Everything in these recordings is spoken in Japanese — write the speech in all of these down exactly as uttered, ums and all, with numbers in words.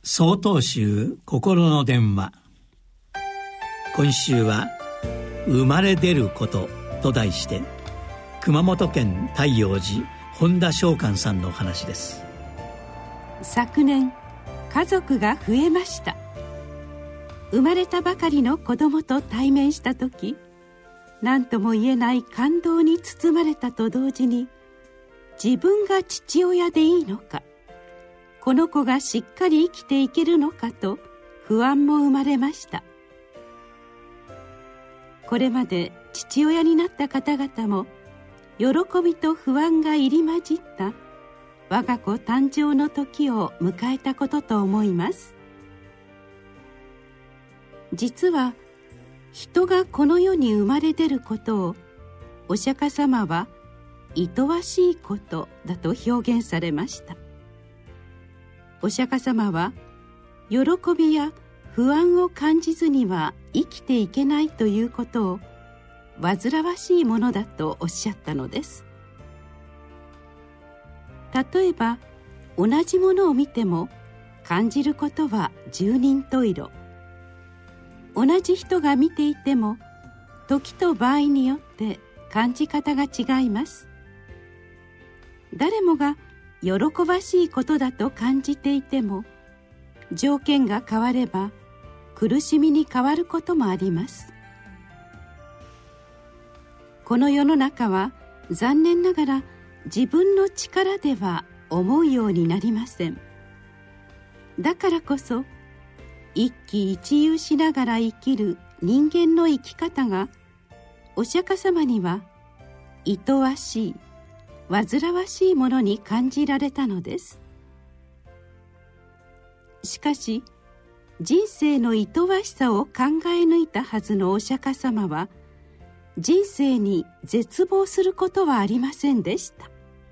曹洞宗心の電話。今週は生まれ出ることと題して、熊本県太陽寺本田正観さんのお話です。 昨年家族が増えました。生まれたばかりの子供と対面した時、何とも言えない感動に包まれたと同時に、自分が父親でいいのか、この子がしっかり生きていけるのかと不安も生まれました。これまで父親になった方々も、喜びと不安が入り混じった我が子誕生の時を迎えたことと思います。実は人がこの世に生まれ出ることを、お釈迦様はいとわしいことだと表現されました。お釈迦様は、喜びや不安を感じずには生きていけないということを煩わしいものだとおっしゃったのです。例えば、同じものを見ても感じることは十人十色。同じ人が見ていても、時と場合によって感じ方が違います。誰もが喜ばしいことだと感じていても、条件が変われば苦しみに変わることもあります。この世の中は残念ながら自分の力では思うようになりません。だからこそ、一喜一憂しながら生きる人間の生き方が、お釈迦様にはいとわしい、煩わしいものに感じられたのです。しかし、人生のいとわしさを考え抜いたはずのお釈迦様は、人生に絶望することはありませんでした。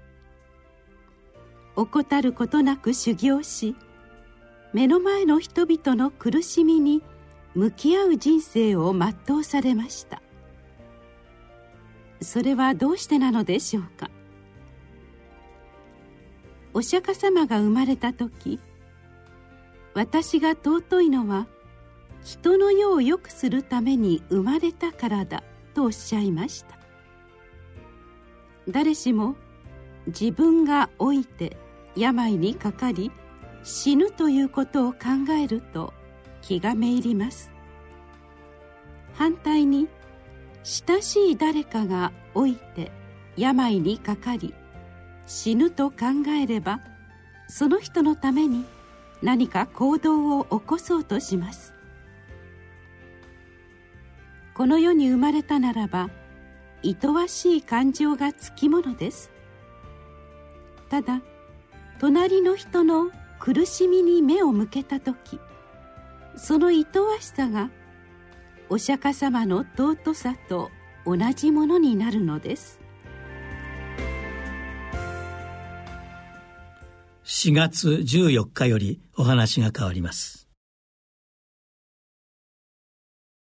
怠ることなく修行し、目の前の人々の苦しみに向き合う人生を全うされました。それはどうしてなのでしょうか。お釈迦様が生まれた時、私が尊いのは人の世を良くするために生まれたからだとおっしゃいました。誰しも自分が老いて病にかかり死ぬということを考えると気がめいります。反対に、親しい誰かが老いて病にかかり死ぬと考えれば、その人のために何か行動を起こそうとします。この世に生まれたならば、いとわしい感情がつきものです。ただ、隣の人の苦しみに目を向けたとき、そのいとわしさがお釈迦様の尊さと同じものになるのです。 しがつじゅうよっかよりお話が変わります。